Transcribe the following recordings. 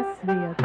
Психпросвет.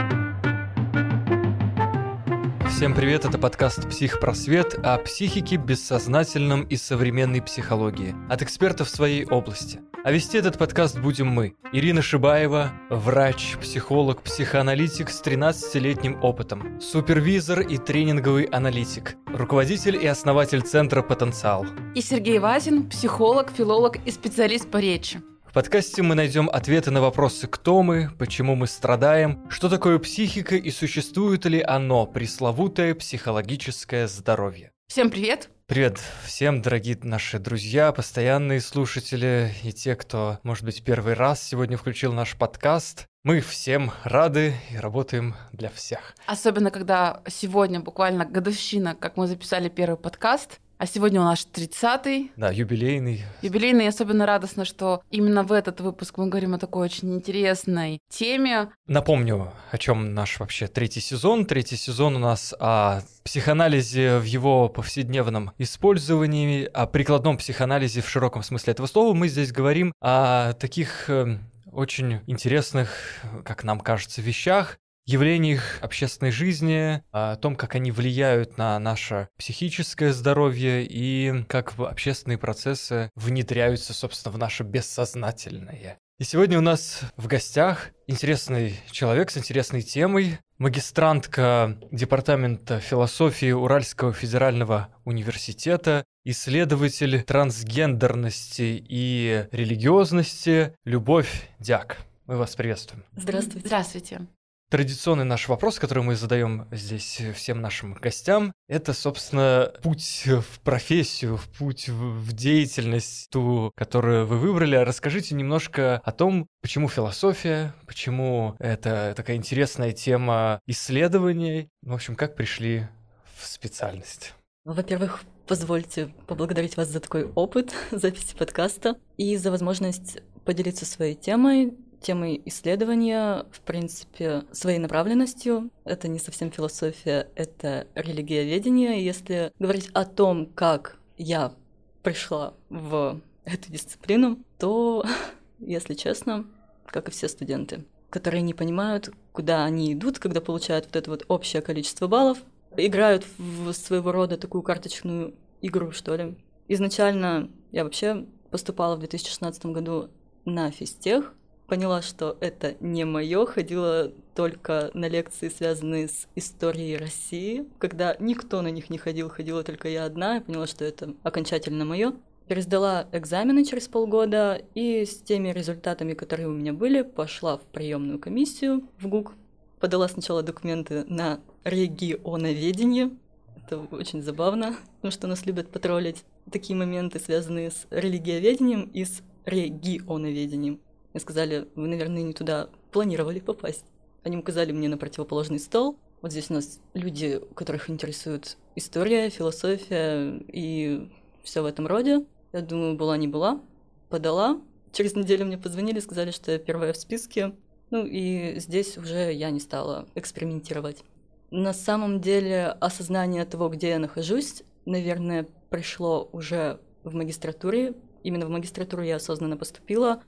Всем привет, это подкаст «Психпросвет» о психике, бессознательном и современной психологии. От экспертов в своей области. А вести этот подкаст будем мы. Ирина Шибаева, врач, психолог, психоаналитик с 13-летним опытом, супервизор и тренинговый аналитик, руководитель и основатель центра «Потенциал». И Сергей Вазин, психолог, филолог и специалист по речи. В подкасте мы найдем ответы на вопросы «Кто мы?», «Почему мы страдаем?», «Что такое психика?» и существует ли оно, пресловутое психологическое здоровье. Всем привет! Привет всем, дорогие наши друзья, постоянные слушатели и те, кто, может быть, первый раз сегодня включил наш подкаст. Мы всем рады и работаем для всех. Особенно, когда сегодня буквально годовщина, как мы записали первый подкаст. А сегодня у нас 30-й. Да, юбилейный. Юбилейный, и особенно радостно, что именно в этот выпуск мы говорим о такой очень интересной теме. Напомню, о чем наш вообще третий сезон. Третий сезон у нас о психоанализе в его повседневном использовании, о прикладном психоанализе в широком смысле этого слова. Мы здесь говорим о таких очень интересных, как нам кажется, вещах, явлениях общественной жизни, о том, как они влияют на наше психическое здоровье и как общественные процессы внедряются, собственно, в наше бессознательное. И сегодня у нас в гостях интересный человек с интересной темой, магистрантка Департамента философии Уральского федерального университета, исследователь трансгендерности и религиозности Любовь Дяк. Мы вас приветствуем. Здравствуйте. Здравствуйте. Традиционный наш вопрос, который мы задаем здесь всем нашим гостям, это, собственно, путь в профессию, путь в деятельность, ту, которую вы выбрали. Расскажите немножко о том, почему философия, почему это такая интересная тема исследований, в общем, как пришли в специальность. Во-первых, позвольте поблагодарить вас за такой опыт записи подкаста и за возможность поделиться своей темой исследования, в принципе, своей направленностью. Это не совсем философия, это религиоведение. Если говорить о том, как я пришла в эту дисциплину, то, если честно, как и все студенты, которые не понимают, куда они идут, когда получают вот это вот общее количество баллов, играют в своего рода такую карточную игру, что ли. Изначально я вообще поступала в 2016 году на физтех, поняла, что это не моё, ходила только на лекции, связанные с историей России. Когда никто на них не ходил, ходила только я одна, и поняла, что это окончательно моё. Пересдала экзамены через полгода, и с теми результатами, которые у меня были, пошла в приемную комиссию в ГУК. Подала сначала документы на регионоведение. Это очень забавно, потому что нас любят потроллить такие моменты, связанные с религиоведением и с регионоведением. Мне сказали, вы, наверное, не туда планировали попасть. Они указали мне на противоположный стол. Вот здесь у нас люди, которых интересует история, философия и все в этом роде. Я думаю, была не была. Подала. Через неделю мне позвонили, сказали, что я первая в списке. Ну и здесь уже я не стала экспериментировать. На самом деле осознание того, где я нахожусь, наверное, пришло уже в магистратуре. Именно в магистратуру я осознанно поступила.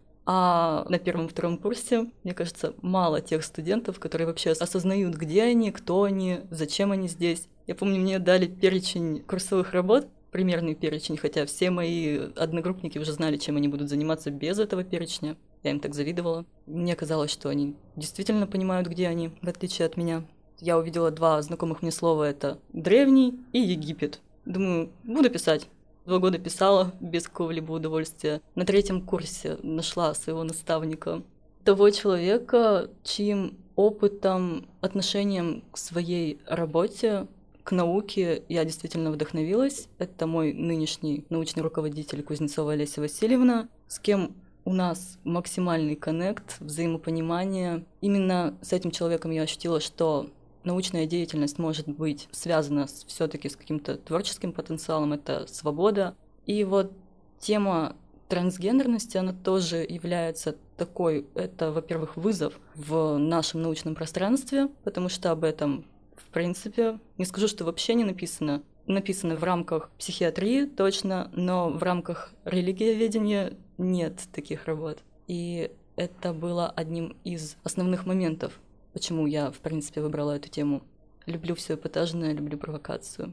А на первом-втором курсе, мне кажется, мало тех студентов, которые вообще осознают, где они, кто они, зачем они здесь. Я помню, мне дали перечень курсовых работ, примерный перечень, хотя все мои одногруппники уже знали, чем они будут заниматься без этого перечня. Я им так завидовала. Мне казалось, что они действительно понимают, где они, в отличие от меня. Я увидела два знакомых мне слова, это «древний» и «Египет». Думаю, буду писать. 2 года писала без какого-либо удовольствия. На 3-м курсе нашла своего наставника. Того человека, чьим опытом, отношением к своей работе, к науке я действительно вдохновилась. Это мой нынешний научный руководитель Кузнецова Олеся Васильевна, с кем у нас максимальный коннект, взаимопонимание. Именно с этим человеком я ощутила, что научная деятельность может быть связана все-таки с каким-то творческим потенциалом, это свобода. И вот тема трансгендерности, она тоже является такой, это, во-первых, вызов в нашем научном пространстве, потому что об этом, в принципе, не скажу, что вообще не написано. Написано в рамках психиатрии точно, но в рамках религиоведения нет таких работ. И это было одним из основных моментов почему я, в принципе, выбрала эту тему. Люблю все эпатажное, люблю провокацию.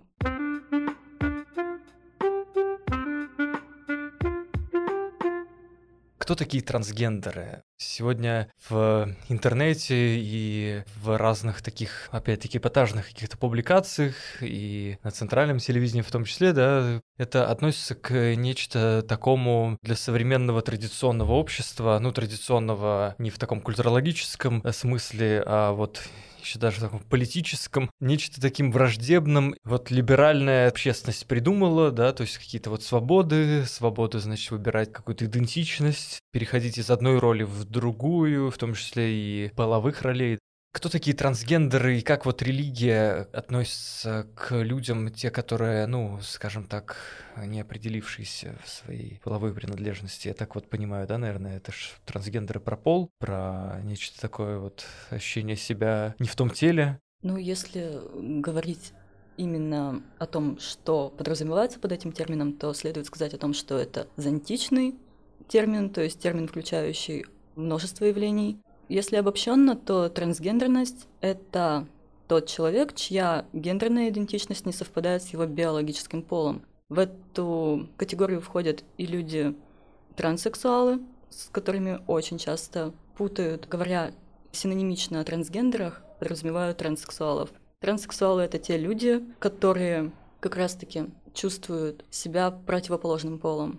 Кто такие трансгендеры? Сегодня в интернете и в разных таких, опять-таки, эпатажных каких-то публикациях и на центральном телевидении в том числе, да, это относится к нечто такому для современного традиционного общества, ну, традиционного не в таком культурологическом смысле, а вот еще даже в таком политическом, нечто таким враждебным. Вот либеральная общественность придумала, да, то есть какие-то вот свободы, значит, выбирать какую-то идентичность, переходить из одной роли в другую, в том числе и половых ролей. Кто такие трансгендеры и как вот религия относится к людям, те, которые, ну, скажем так, не определившиеся в своей половой принадлежности? Я так вот понимаю, да, наверное, это ж трансгендеры про пол, про нечто такое вот ощущение себя не в том теле. Ну, если говорить именно о том, что подразумевается под этим термином, то следует сказать о том, что это зонтичный термин, то есть термин, включающий множество явлений. Если обобщенно, то трансгендерность — это тот человек, чья гендерная идентичность не совпадает с его биологическим полом. В эту категорию входят и люди транссексуалы, с которыми очень часто путают, говоря синонимично о трансгендерах, подразумевают транссексуалов. Транссексуалы — это те люди, которые как раз-таки чувствуют себя противоположным полом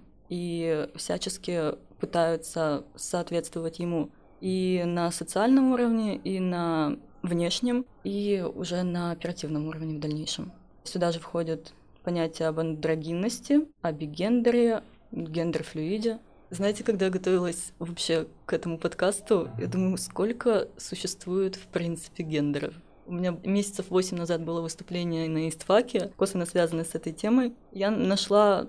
и всячески пытаются соответствовать ему и на социальном уровне, и на внешнем, и уже на оперативном уровне в дальнейшем. Сюда же входят понятия об андрогинности, о бигендере, гендер-флюиде. Знаете, когда я готовилась вообще к этому подкасту, я думаю, сколько существует в принципе гендеров. У меня месяцев 8 назад было выступление на истфаке, косвенно связанное с этой темой. Я нашла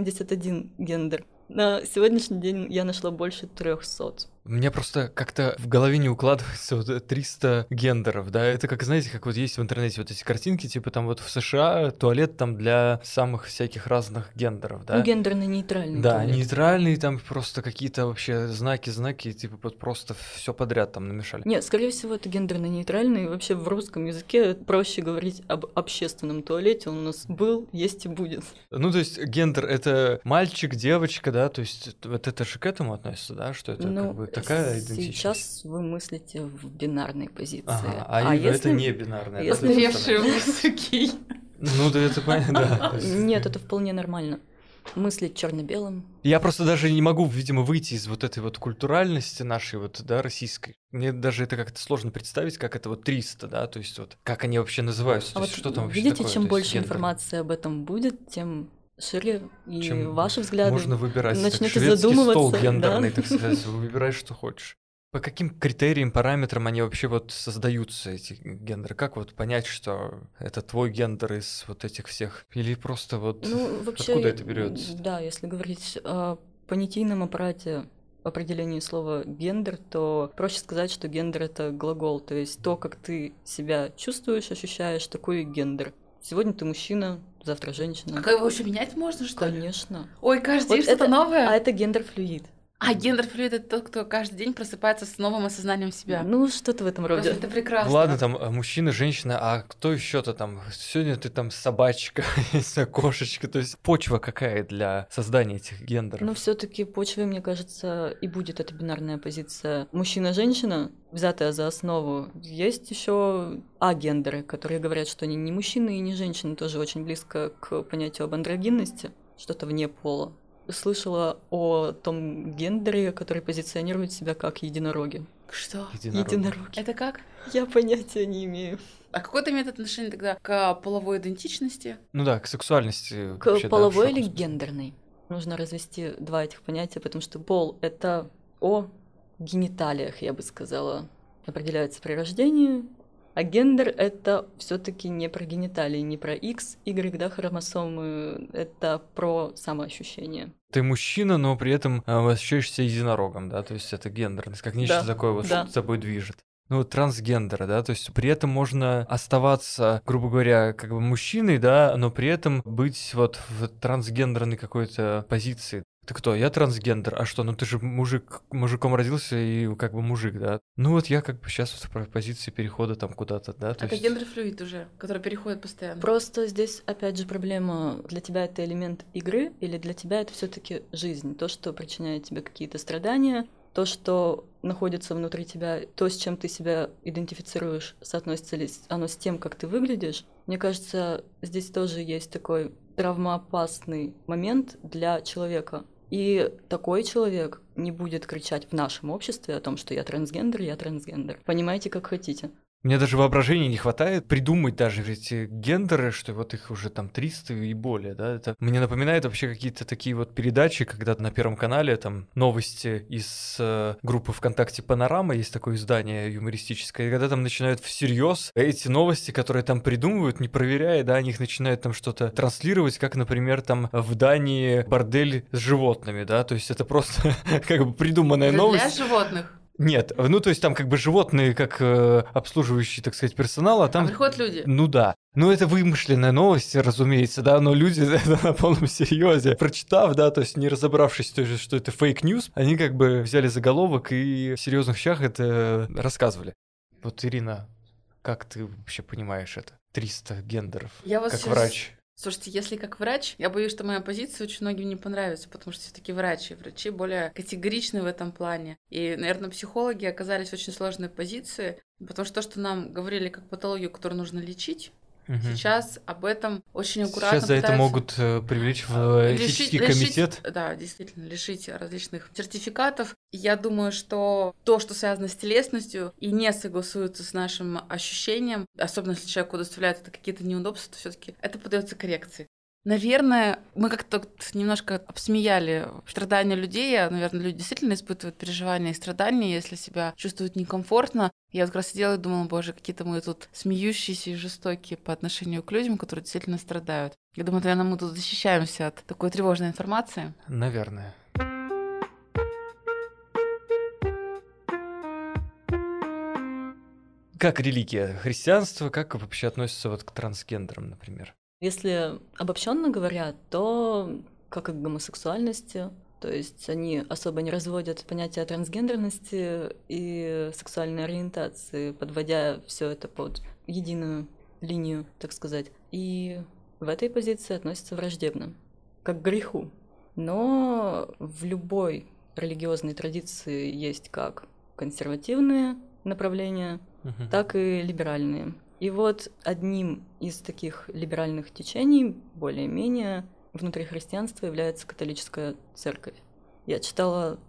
71 гендер. На сегодняшний день я нашла больше 300. У меня просто как-то в голове не укладывается вот 300 гендеров, да, это как, знаете, как вот есть в интернете вот эти картинки, типа там вот в США туалет там для самых всяких разных гендеров, да. Ну, гендерно-нейтральный Да, туалет. нейтральные там просто какие-то вообще знаки, типа вот просто все подряд там намешали. Нет, скорее всего, это гендерно-нейтральный, и вообще в русском языке проще говорить об общественном туалете, он у нас был, есть и будет. Ну, то есть гендер — это мальчик, девочка, да, то есть вот это же к этому относится, да, что это как бы такая идентичность. Сейчас вы мыслите в бинарной позиции. Ага, а это не бинарная. если Устаревшие мысли. Ну, да это понятно, да. Нет, это вполне нормально. Мыслить черно-белым. Я просто даже не могу, видимо, выйти из вот этой вот культуральности нашей вот, да, российской. Мне даже это как-то сложно представить, как это вот 300, да, то есть вот как они вообще называются, то есть вот что там вообще видите, такое? чем То есть больше гендер. информации об этом будет, тем шире и Чем ваши взгляды можно выбирать. начнете так, шведский задумываться. стол гендерный, да? так сказать, выбирай, что хочешь. По каким критериям, параметрам они вообще вот создаются, эти гендеры? Как вот понять, что это твой гендер из вот этих всех? Или просто вот Ну, вообще, откуда это берется? Да, если говорить о понятийном аппарате определении слова гендер, то проще сказать, что гендер — это глагол, то есть то, как ты себя чувствуешь, ощущаешь, такой и гендер. Сегодня ты мужчина, завтра женщина. А как его еще менять можно, что ли? Конечно. Ой, каждый день Вот что-то это- новое. А это гендер-флюид. А гендер-флюид — это тот, кто каждый день просыпается с новым осознанием себя. Ну, что-то в этом Просто роде. это прекрасно. Ладно, там мужчина, женщина, а кто еще-то там? Сегодня ты там собачка, кошечка, то есть почва какая для создания этих гендеров? Но все-таки почвой, мне кажется, и будет эта бинарная позиция мужчина-женщина, взятая за основу. Есть еще агендеры, которые говорят, что они не мужчины и не женщины, тоже очень близко к понятию об андрогинности, что-то вне пола. Слышала о том гендере, который позиционирует себя как единороги. Что? Единороги. Это как? Я понятия не имею. А какое это имеет отношение тогда к половой идентичности? Ну да, к сексуальности. К вообще, да, в половой широком или смысле. гендерной? Нужно развести два этих понятия, потому что пол — это о гениталиях, я бы сказала, определяется при рождении, а гендер — это все-таки не про гениталии, не про X, Y, да, хромосомы, это про самоощущение. Ты мужчина, но при этом ощущаешься единорогом, да, то есть это гендерность, как нечто Да, такое, вот, да. что тобой движет. Ну, вот трансгендеры, да, то есть при этом можно оставаться, грубо говоря, как бы мужчиной, да, но при этом быть вот в трансгендерной какой-то позиции. Ты кто? Я трансгендер. А что? Ну ты же мужиком родился и как бы мужик, да? Ну вот я как бы сейчас в позиции перехода там куда-то, да? Это гендер-флюид уже, который переходит постоянно. Просто здесь, опять же, проблема. Для тебя это элемент игры или для тебя это все таки жизнь? То, что причиняет тебе какие-то страдания, то, что находится внутри тебя, то, с чем ты себя идентифицируешь, соотносится ли оно с тем, как ты выглядишь. Мне кажется, здесь тоже есть такой травмоопасный момент для человека. И такой человек не будет кричать в нашем обществе о том, что я трансгендер, я трансгендер. Понимаете, как хотите. Мне даже воображения не хватает придумать даже эти гендеры, что вот их уже там 300 и более, да, это мне напоминает вообще какие-то такие вот передачи, когда на Первом канале там новости из группы ВКонтакте «Панорама», есть такое издание юмористическое, и когда там начинают всерьез эти новости, которые там придумывают, не проверяя, да, они их начинают там что-то транслировать, как, например, там в Дании бордель с животными, да, то есть это просто как бы придуманная новость. Для животных. Нет, ну то есть там как бы животные как обслуживающий, так сказать, персонал, а там... приходят люди. Ну да. Ну это вымышленная новость, разумеется, да, но люди это на полном серьезе, прочитав, да, то есть не разобравшись, что это фейк-ньюс, они как бы взяли заголовок и в серьезных щах это рассказывали. Вот, Ирина, как ты вообще понимаешь это? 300 гендеров, Я вас как сейчас... врач. Слушайте, если как врач, я боюсь, что моя позиция очень многим не понравится, потому что все-таки врачи более категоричны в этом плане. И, наверное, психологи оказались в очень сложной позиции, потому что то, что нам говорили как патологию, которую нужно лечить, сейчас об этом очень аккуратно Сейчас за это могут привлечь в этический комитет. Да, действительно, лишить различных сертификатов. Я думаю, что то, что связано с телесностью и не согласуется с нашим ощущением, особенно если человеку доставляют это какие-то неудобства, то все-таки это поддается коррекции. Наверное, мы как-то немножко обсмеяли страдания людей. Наверное, люди действительно испытывают переживания и страдания, если себя чувствуют некомфортно. Я вот как раз сидела и думала, боже, какие-то мы тут смеющиеся и жестокие по отношению к людям, которые действительно страдают. Я думаю, наверное, мы тут защищаемся от такой тревожной информации. Наверное. Как религия? Христианство, как вообще относится вот к трансгендерам, например? Если обобщенно говоря, то как и к гомосексуальности, то есть они особо не разводят понятие трансгендерности и сексуальной ориентации, подводя все это под единую линию, так сказать. И в этой позиции относятся враждебно, как к греху. Но в любой религиозной традиции есть как консервативные направления, так и либеральные. И вот одним из таких либеральных течений, более-менее, внутри христианства является католическая церковь. Я читала,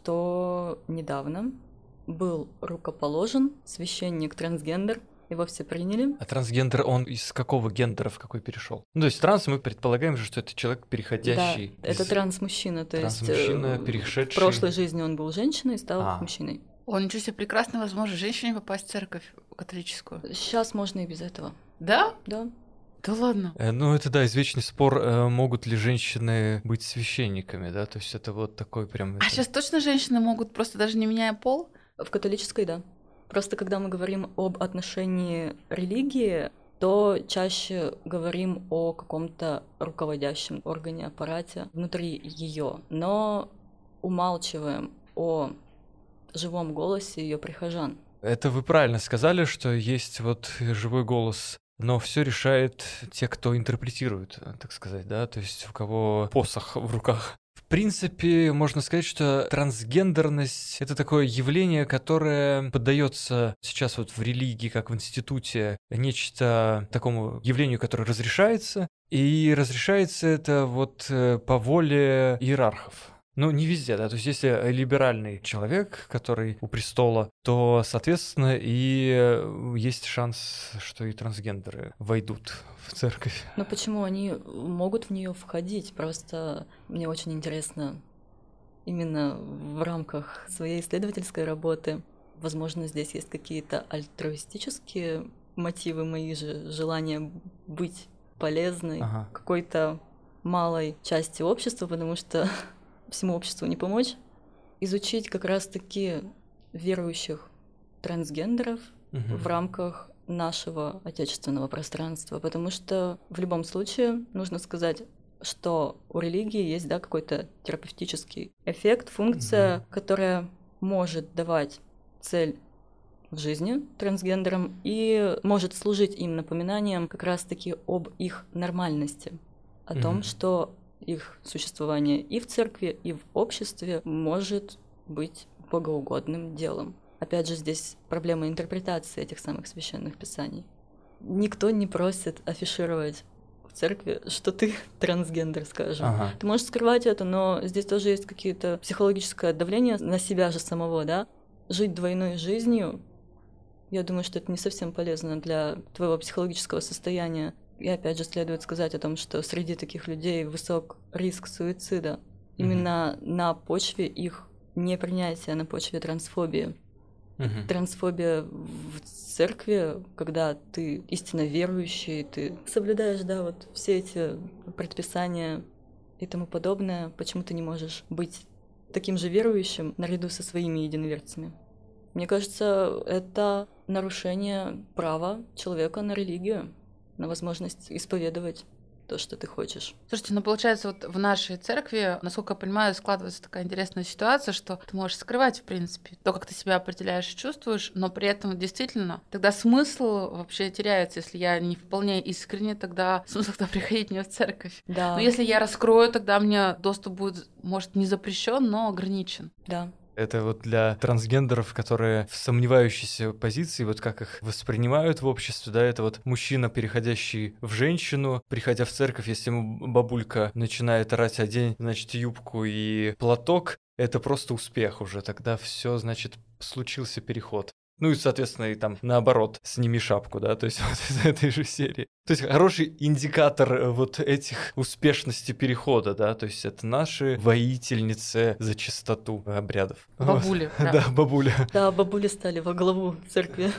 что недавно был рукоположен священник-трансгендер, его все приняли. А трансгендер, он из какого гендера в какой перешел? Ну, то есть транс, мы предполагаем же, что это человек, переходящий. Да, это транс-мужчина, то есть перешедший... в прошлой жизни он был женщиной и стал мужчиной. О, ничего себе, прекрасно возможно женщине попасть в церковь католическую. Сейчас можно и без этого. Да? Да. Да ладно. Ну, это, да, извечный спор, могут ли женщины быть священниками, да, то есть это вот такой прям... Сейчас точно женщины могут, просто даже не меняя пол? В католической, да. Просто когда мы говорим об отношении религии, то чаще говорим о каком-то руководящем органе, аппарате внутри ее, но умалчиваем о живом голосе ее прихожан. Это вы правильно сказали, что есть вот живой голос, но все решает те, кто интерпретирует, так сказать, да, то есть у кого посох в руках. В принципе, можно сказать, что трансгендерность — это такое явление, которое поддается сейчас вот в религии, как в институте, нечто такому явлению, которое разрешается, и разрешается это вот по воле иерархов. Ну, не везде, да, то есть если либеральный человек, который у престола, то, соответственно, и есть шанс, что и трансгендеры войдут в церковь. Но почему они могут в нее входить? Просто мне очень интересно именно в рамках своей исследовательской работы. Возможно, здесь есть какие-то альтруистические мотивы, мои же желания быть полезной какой-то малой части общества, потому что всему обществу не помочь, изучить как раз-таки верующих трансгендеров в рамках нашего отечественного пространства, потому что в любом случае нужно сказать, что у религии есть, да, какой-то терапевтический эффект, функция, которая может давать цель в жизни трансгендерам и может служить им напоминанием как раз-таки об их нормальности, о том, что их существование и в церкви, и в обществе может быть богоугодным делом. Опять же, здесь проблема интерпретации этих самых священных писаний. Никто не просит афишировать в церкви, что ты трансгендер, скажем. Ты можешь скрывать это, но здесь тоже есть какие-то психологическое давление на себя же самого, да? Жить двойной жизнью, я думаю, что это не совсем полезно для твоего психологического состояния. И опять же следует сказать о том, что среди таких людей высок риск суицида именно на почве их непринятия, на почве трансфобии. Трансфобия в церкви, когда ты истинно верующий, ты соблюдаешь, да, вот все эти предписания и тому подобное, почему ты не можешь быть таким же верующим наряду со своими единоверцами? Мне кажется, это нарушение права человека на религию, на возможность исповедовать то, что ты хочешь. Слушайте, ну получается, вот в нашей церкви, насколько я понимаю, складывается такая интересная ситуация, что ты можешь скрывать, в принципе, то, как ты себя определяешь и чувствуешь, но при этом действительно тогда смысл вообще теряется. Если я не вполне искренне, тогда смысл тогда приходить не в церковь. Да. Но если я раскрою, тогда мне доступ будет, может, не запрещен, но ограничен. Да. Это вот для трансгендеров, которые в сомневающейся позиции, вот как их воспринимают в обществе, да, это вот мужчина, переходящий в женщину, приходя в церковь, если ему бабулька начинает орать: одень, значит, юбку и платок, это просто успех уже, тогда все, значит, случился переход. Ну и, соответственно, и там наоборот, сними шапку, да, то есть вот из этой же серии. То есть хороший индикатор вот этих успешности перехода, да, то есть это наши воительницы за чистоту обрядов. Бабули. Вот. Да, бабуля. Да, бабули стали во главу церкви.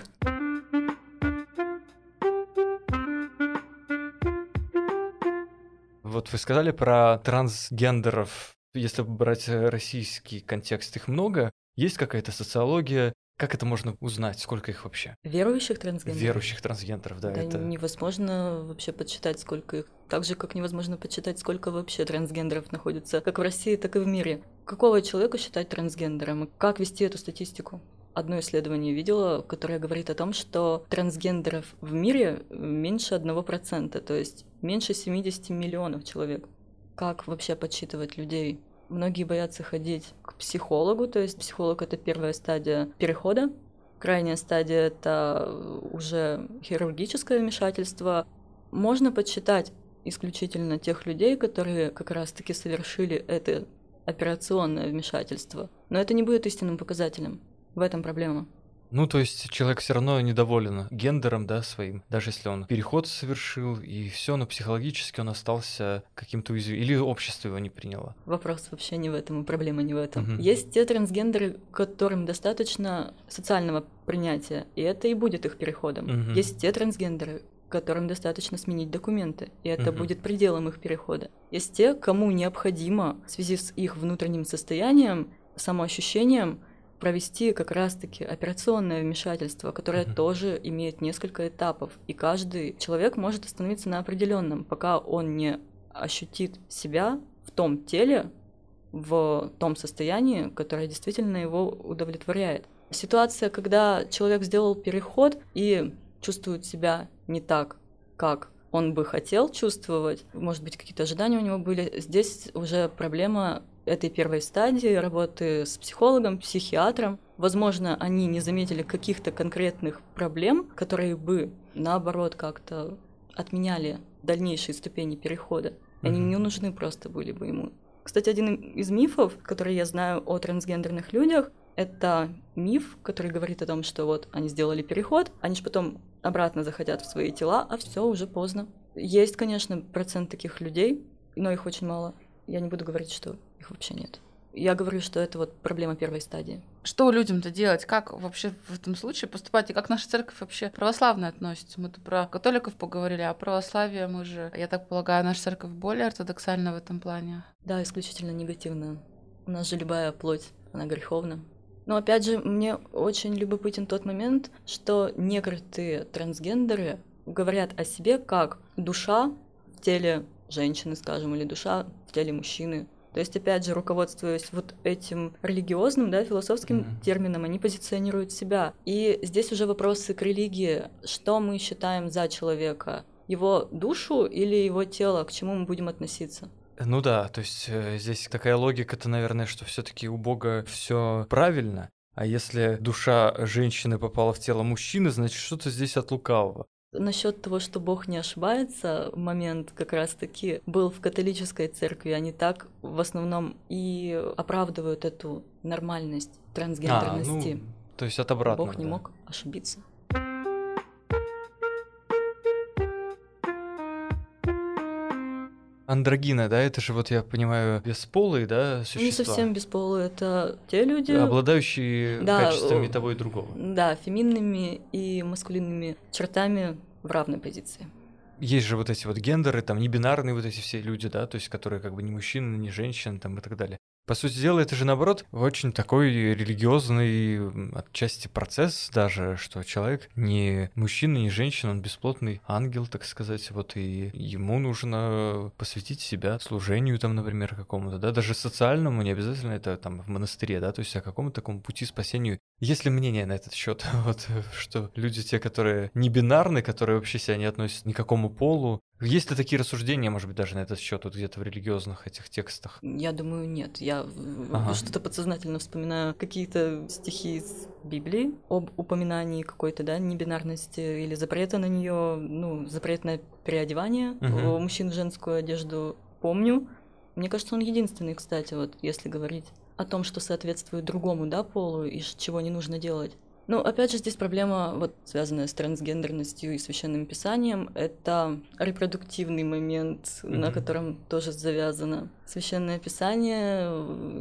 Вот вы сказали про трансгендеров. Если брать российский контекст, их много. Есть какая-то социология? Как это можно узнать? Сколько их вообще? Верующих трансгендеров? Верующих трансгендеров, да. Да, это невозможно вообще подсчитать, сколько их. Так же, как невозможно подсчитать, сколько вообще трансгендеров находится как в России, так и в мире. Какого человека считать трансгендером? И как вести эту статистику? Одно исследование видела, которое говорит о том, что трансгендеров в мире меньше 1%, то есть меньше 70 миллионов человек. Как вообще подсчитывать людей? Многие боятся ходить к психологу, то есть психолог — это первая стадия перехода. Крайняя стадия — это уже хирургическое вмешательство. Можно подсчитать исключительно тех людей, которые как раз-таки совершили это операционное вмешательство. Но это не будет истинным показателем. В этом проблема. Ну, то есть человек все равно недоволен гендером, да, своим, даже если он переход совершил и все, но психологически он остался каким-то уязвимым, или общество его не приняло. Вопрос вообще не в этом, и проблема не в этом. Есть те трансгендеры, которым достаточно социального принятия, и это и будет их переходом. Есть те трансгендеры, которым достаточно сменить документы, и это будет пределом их перехода. Есть те, кому необходимо в связи с их внутренним состоянием, самоощущением, провести как раз-таки операционное вмешательство, которое тоже имеет несколько этапов. И каждый человек может остановиться на определенном, пока он не ощутит себя в том теле, в том состоянии, которое действительно его удовлетворяет. Ситуация, когда человек сделал переход и чувствует себя не так, как он бы хотел чувствовать, может быть, какие-то ожидания у него были, здесь уже проблема этой первой стадии работы с психологом, психиатром. Возможно, они не заметили каких-то конкретных проблем, которые бы, наоборот, как-то отменяли дальнейшие ступени перехода. Они не нужны просто были бы ему. Кстати, один из мифов, который я знаю о трансгендерных людях, это миф, который говорит о том, что вот они сделали переход, они же потом обратно захотят в свои тела, а все уже поздно. Есть, конечно, процент таких людей, но их очень мало. Я не буду говорить, что их вообще нет. Я говорю, что это вот проблема первой стадии. Что людям-то делать? Как вообще в этом случае поступать? И как наша церковь вообще православная относится? Мы-то про католиков поговорили, а православие мы же, я так полагаю, наша церковь более ортодоксальна в этом плане. Да, исключительно негативно. У нас же любая плоть, она греховна. Но опять же, мне очень любопытен тот момент, что некоторые трансгендеры говорят о себе как душа в теле женщины, скажем, или душа в теле мужчины. То есть, опять же, руководствуясь вот этим религиозным, да, философским термином, они позиционируют себя. И здесь уже вопросы к религии. Что мы считаем за человека? Его душу или его тело? К чему мы будем относиться? Ну да, то есть здесь такая логика-то, наверное, что все-таки у Бога все правильно. А если душа женщины попала в тело мужчины, значит, что-то здесь от лукавого. Насчет того, что Бог не ошибается, момент как раз-таки был в католической церкви. Они так в основном и оправдывают эту нормальность трансгендерности. То есть от обратного. Бог не мог ошибиться. Андрогины, да, это же, вот я понимаю, бесполые, да, существа? Не совсем бесполые, это те люди... Обладающие качествами того и другого. Да, феминными и маскулинными чертами в равной позиции. Есть же вот эти вот гендеры, там, небинарные вот эти все люди, да, то есть которые как бы не мужчины, не женщины, там, и так далее. По сути дела, это же, наоборот, очень такой религиозный отчасти процесс даже, что человек не мужчина, не женщина, он бесплотный ангел, так сказать, вот, и ему нужно посвятить себя служению, там, например, какому-то, да, даже социальному, не обязательно это там в монастыре, да, то есть о какому-то такому пути спасению. Есть ли мнение на этот счет, вот, что люди, те, которые не бинарны, которые вообще себя не относят ни к какому полу, есть ли такие рассуждения, может быть, даже на этот счет, вот где-то в религиозных этих текстах? Я думаю, нет. Я что-то подсознательно вспоминаю какие-то стихи из Библии об упоминании какой-то, да, небинарности или запрета на нее, ну, запрет на переодевание у мужчин в женскую одежду. Помню. Мне кажется, он единственный, кстати, вот если говорить о том, что соответствует другому, да, полу и чего не нужно делать. Ну, опять же, здесь проблема, вот, связанная с трансгендерностью и священным писанием, это репродуктивный момент, на котором тоже завязано священное писание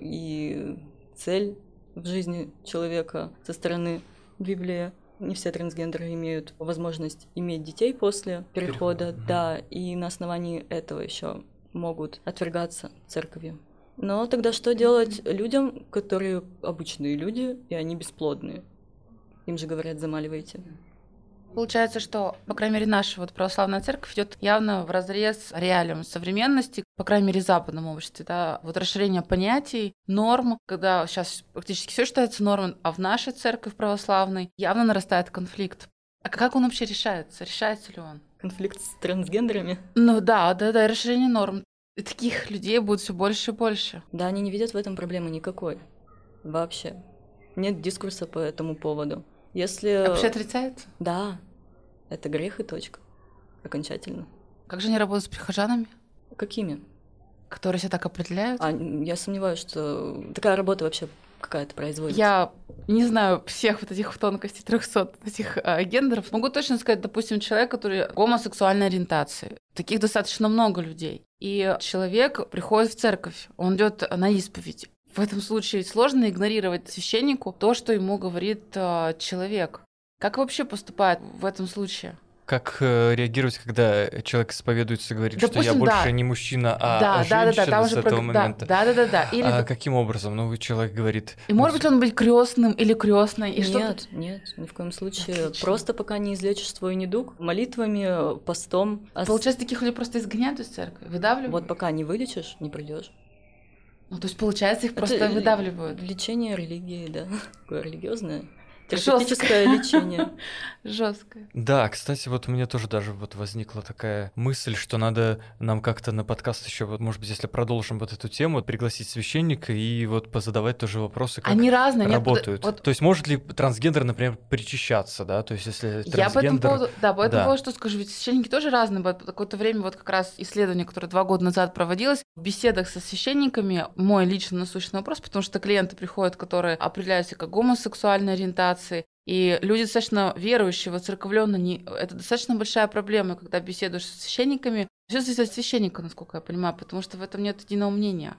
и цель в жизни человека со стороны Библии. Не все трансгендеры имеют возможность иметь детей после перехода, да, и на основании этого еще могут отвергаться церковью. Но тогда что делать людям, которые обычные люди, и они бесплодные? Им же говорят, замаливайте. Получается, что, по крайней мере, наша вот православная церковь идет явно вразрез реалиям современности, по крайней мере, в западном обществе, да, вот расширение понятий, норм, когда сейчас практически все считается нормой, а в нашей церкви православной явно нарастает конфликт. А как он вообще решается? Решается ли он? Конфликт с трансгендерами? Ну да, расширение норм. И таких людей будет все больше и больше. Да, они не видят в этом проблемы никакой. Вообще. Нет дискурса по этому поводу. Если... Вообще отрицается? Да. Это грех и точка. Окончательно. Как же они работают с прихожанами? Какими? Которые себя так определяют? Я сомневаюсь, что такая работа вообще какая-то производится. Я не знаю всех вот этих тонкостей 300 этих гендеров. Могу точно сказать, допустим, человек, который гомосексуальной ориентации. Таких достаточно много людей. И человек приходит в церковь, он идет на исповедь. В этом случае сложно игнорировать священнику то, что ему говорит человек. Как вообще поступает в этом случае? Как реагировать, когда человек исповедуется и говорит, допустим, что я больше не мужчина, а женщина с этого момента? Да. Или... каким образом? Ну, человек говорит... И может быть он быть крестным или крестной? Нет, ни в коем случае. Отлично. Просто пока не излечишь свой недуг, молитвами, постом. Получается, таких людей просто изгоняют из церкви, выдавливают? Вот пока не вылечишь, не придешь. Ну, то есть, получается, их просто выдавливают. Лечение религии, да. Такое религиозное. Терапевтическое лечение. Жесткое. Да, кстати, вот у меня тоже даже вот возникла такая мысль, что надо нам как-то на подкаст еще, вот, может быть, если продолжим вот эту тему, пригласить священника и вот позадавать тоже вопросы, как они разные, работают. Нет, то есть может ли трансгендер, например, причащаться, да? То есть если трансгендер... Я по этому поводу, что скажу, ведь священники тоже разные. Какое-то время вот как раз исследование, которое 2 года назад проводилось, в беседах со священниками, мой лично насущный вопрос, потому что клиенты приходят, которые определяются как гомосексуальной ориентации, и люди достаточно верующие, воцерковленные, это достаточно большая проблема, когда беседуешь со священниками. Все зависит от священника, насколько я понимаю, потому что в этом нет единого мнения.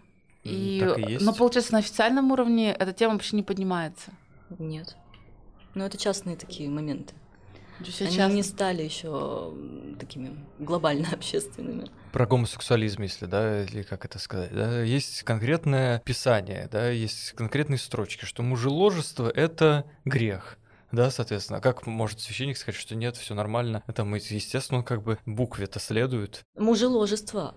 Но получается, на официальном уровне эта тема вообще не поднимается. Нет. Но это частные такие моменты. Они не стали еще такими глобально общественными. Про гомосексуализм, если, да, или как это сказать, да, есть конкретное писание, да, есть конкретные строчки, что мужеложество — это грех, Да, соответственно. А как может священник сказать, что нет, все нормально? Это мы, естественно, он как бы букве-то следует. Мужеложество,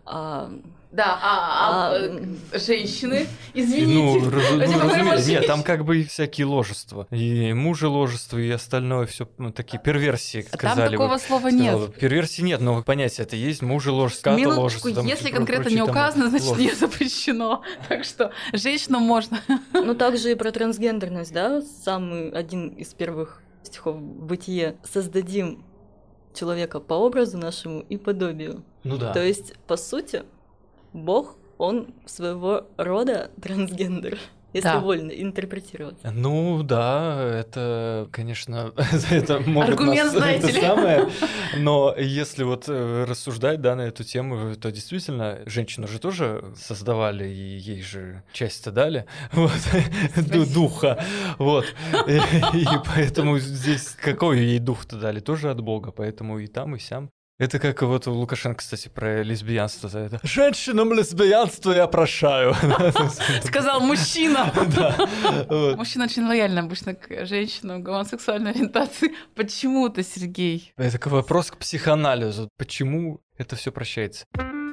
Женщины, Ну, извините. разумеется, нет, там как бы и всякие ложества. И мужеложество, и остальное все такие перверсии, Там сказали бы. такого слова Сказала нет. бы. Перверсии нет, но понятие это есть, мужеложество, Минуточку, скатоложество. если конкретно не указано, значит не запрещено. Так что женщину можно. Ну, также и про трансгендерность, да, самый один из первых стихов «Бытие». «Создадим человека по образу нашему и подобию». Ну да. То есть, по сути, Бог, он своего рода трансгендер, если Да. вольно интерпретировать. Ну да, это, конечно, за это могут Аргумент, нас знаете это ли. самое, но если вот рассуждать, да, на эту тему, то действительно женщину же тоже создавали, и ей же часть-то дали, вот, духа, вот, и поэтому здесь какой ей дух-то дали, тоже от Бога, поэтому и там, и сям. Это как вот у Лукашенко, кстати, про лесбиянство. Это «Женщинам лесбиянство я прощаю». Сказал мужчина. Да, вот. Мужчина очень лояльно обычно к женщинам гомосексуальной ориентации. Почему-то, Сергей. Это вопрос к психоанализу. Почему это все прощается?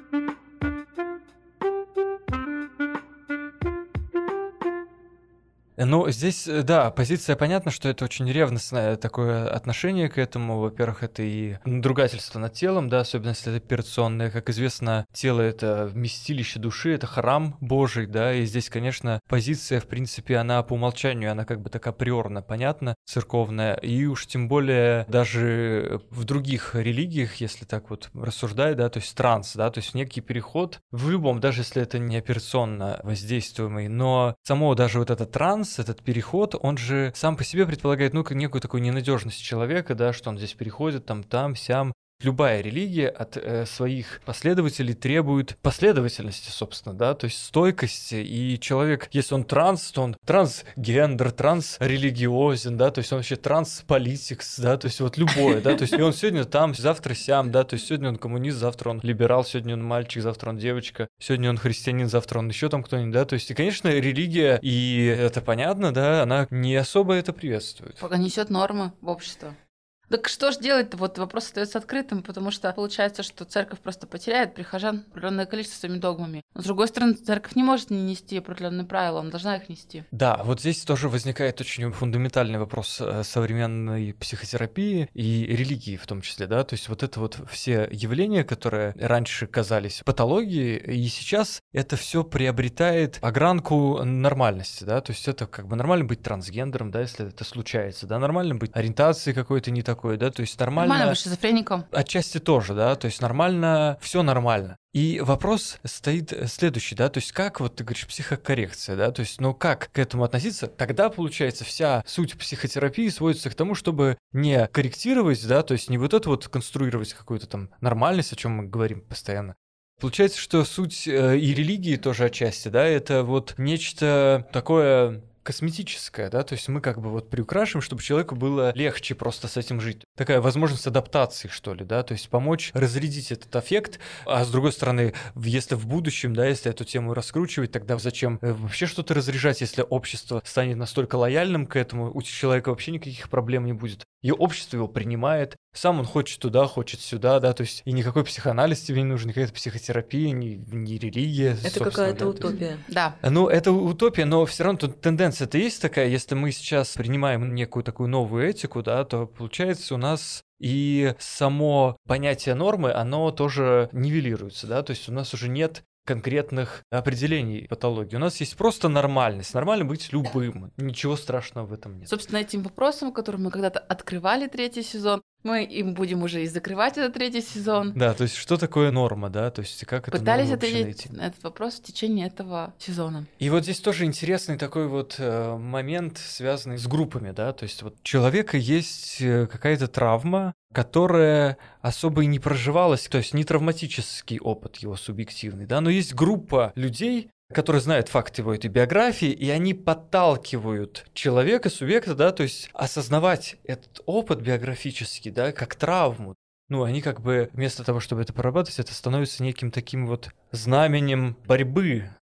Ну, здесь, да, позиция понятна, что это очень ревностное такое отношение к этому. Во-первых, это и надругательство над телом, да, особенно если это операционное. Как известно, тело — это вместилище души, это храм Божий, да, и здесь, конечно, позиция, в принципе, она по умолчанию, она как бы так априорно понятна, церковная, и уж тем более даже в других религиях, если так вот рассуждать, да, то есть транс, да, то есть некий переход в любом, даже если это не операционно воздействуемый, но само даже вот этот транс, этот переход, он же сам по себе предполагает, ну, некую такую ненадежность человека, да, что он здесь переходит, там, сям. Любая религия от своих последователей требует последовательности, собственно, да, то есть стойкости, и человек, если он транс, то он трансгендер, трансрелигиозен, да, то есть он вообще трансполитикс, да, то есть вот любое, да, то есть и он сегодня там, завтра сям, да, то есть сегодня он коммунист, завтра он либерал, сегодня он мальчик, завтра он девочка, сегодня он христианин, завтра он еще там кто-нибудь, да, то есть и, конечно, религия, и это понятно, да, она не особо это приветствует. Пока несет нормы в общество. Так что ж делать-то? Вот вопрос остается открытым, потому что получается, что церковь просто потеряет прихожан определенное количество своими догмами. Но с другой стороны, церковь не может не нести определенные правила, она должна их нести. Да, вот здесь тоже возникает очень фундаментальный вопрос современной психотерапии и религии в том числе, да, то есть вот это вот все явления, которые раньше казались патологией, и сейчас это все приобретает огранку нормальности, да, то есть это как бы нормально быть трансгендером, да, если это случается, да, нормально быть ориентацией какой-то не такой, да, то есть Нормально быть шизофреником. Отчасти тоже, да, то есть нормально, все нормально. И вопрос стоит следующий, да, то есть как, вот ты говоришь, психокоррекция, да, то есть, ну как к этому относиться? Тогда, получается, вся суть психотерапии сводится к тому, чтобы не корректировать, да, то есть не вот это вот конструировать какую-то там нормальность, о чем мы говорим постоянно. Получается, что суть и религии тоже отчасти, да, это вот нечто такое косметическое, да, то есть мы как бы вот приукрашиваем, чтобы человеку было легче просто с этим жить. Такая возможность адаптации, что ли, да, то есть помочь разрядить этот аффект, а с другой стороны, если в будущем, да, если эту тему раскручивать, тогда зачем вообще что-то разряжать, если общество станет настолько лояльным к этому, у человека вообще никаких проблем не будет. И общество его принимает, сам он хочет туда, хочет сюда, да, то есть и никакой психоанализ тебе не нужен, никакая психотерапия, ни религия. Это какая-то утопия. Да. Ну, это утопия, но все равно тут тенденция-то есть такая, если мы сейчас принимаем некую такую новую этику, да, то получается у нас и само понятие нормы, оно тоже нивелируется, да, то есть у нас уже нет конкретных определений патологии. У нас есть просто нормальность. Нормально быть любым. Ничего страшного в этом нет. Собственно, этим вопросом, который мы когда-то открывали 3-й сезон, мы им будем уже и закрывать этот 3-й сезон. Да, то есть что такое норма, да, то есть как это Пытались ответить на этот вопрос в течение этого сезона. И вот здесь тоже интересный такой вот момент, связанный с группами, да, то есть вот у человека есть какая-то травма, которая особо и не проживалась, то есть не травматический опыт его субъективный, да, но есть группа людей, которые знают факт его этой биографии, и они подталкивают человека, субъекта, да, то есть осознавать этот опыт биографический, да, как травму. Ну, они как бы вместо того, чтобы это прорабатывать, это становится неким таким вот знаменем борьбы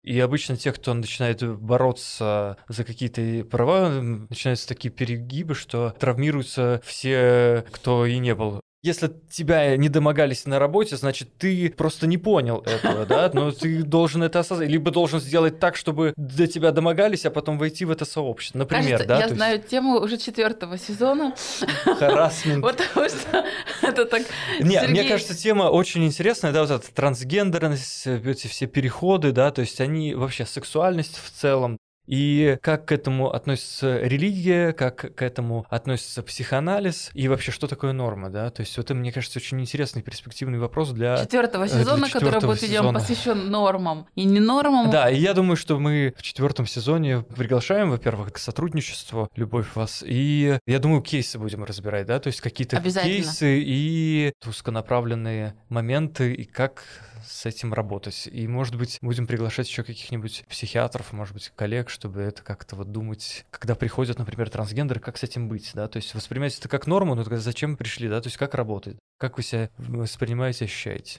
И обычно те, кто начинает бороться за какие-то права, начинаются такие перегибы, что травмируются все, кто и не был. Если тебя не домогались на работе, значит, ты просто не понял этого, да? Но ты должен это осознать. Либо должен сделать так, чтобы до тебя домогались, а потом войти в это сообщество. Например, кажется, да? Я знаю тему уже 4-го сезона. Харассмент. Потому что это так... Не, мне кажется, тема очень интересная, да, вот эта трансгендерность, эти все переходы, да, то есть они вообще сексуальность в целом. И как к этому относится религия, как к этому относится психоанализ, и вообще, что такое норма, да? То есть это, мне кажется, очень интересный перспективный вопрос для 4-го сезона, который будет, видимо, посвящен нормам и не нормам. Да, и я думаю, что мы в 4-м сезоне приглашаем, во-первых, к сотрудничеству, любовь вас, и я думаю, кейсы будем разбирать, да? То есть какие-то кейсы и узконаправленные моменты, и как с этим работать. И, может быть, будем приглашать еще каких-нибудь психиатров, может быть, коллег, чтобы это как-то вот думать, когда приходят, например, трансгендеры, как с этим быть, да, то есть воспринимать это как норму, но тогда зачем пришли, да, то есть как работает, как вы себя воспринимаете, ощущаете.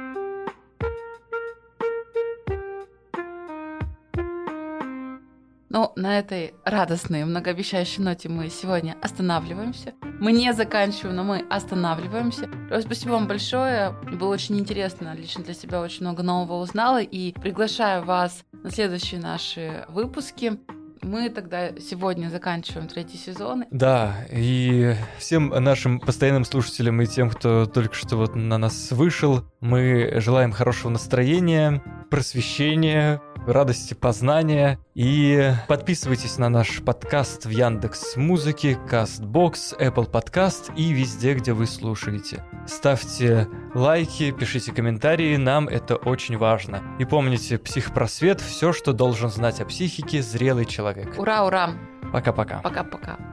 Ну, на этой радостной, многообещающей ноте мы сегодня останавливаемся. Мы не заканчиваем, но мы останавливаемся. Спасибо вам большое. Было очень интересно. Лично для себя очень много нового узнала. И приглашаю вас на следующие наши выпуски. Мы тогда сегодня заканчиваем 3-й сезон. Да, и всем нашим постоянным слушателям и тем, кто только что вот на нас вышел, мы желаем хорошего настроения, просвещения, радости познания. И подписывайтесь на наш подкаст в Яндекс.Музыке, Castbox, Apple Podcast и везде, где вы слушаете. Ставьте лайки, пишите комментарии, нам это очень важно. И помните, психпросвет — все, что должен знать о психике зрелый человек. Ура, ура! Пока-пока. Пока-пока.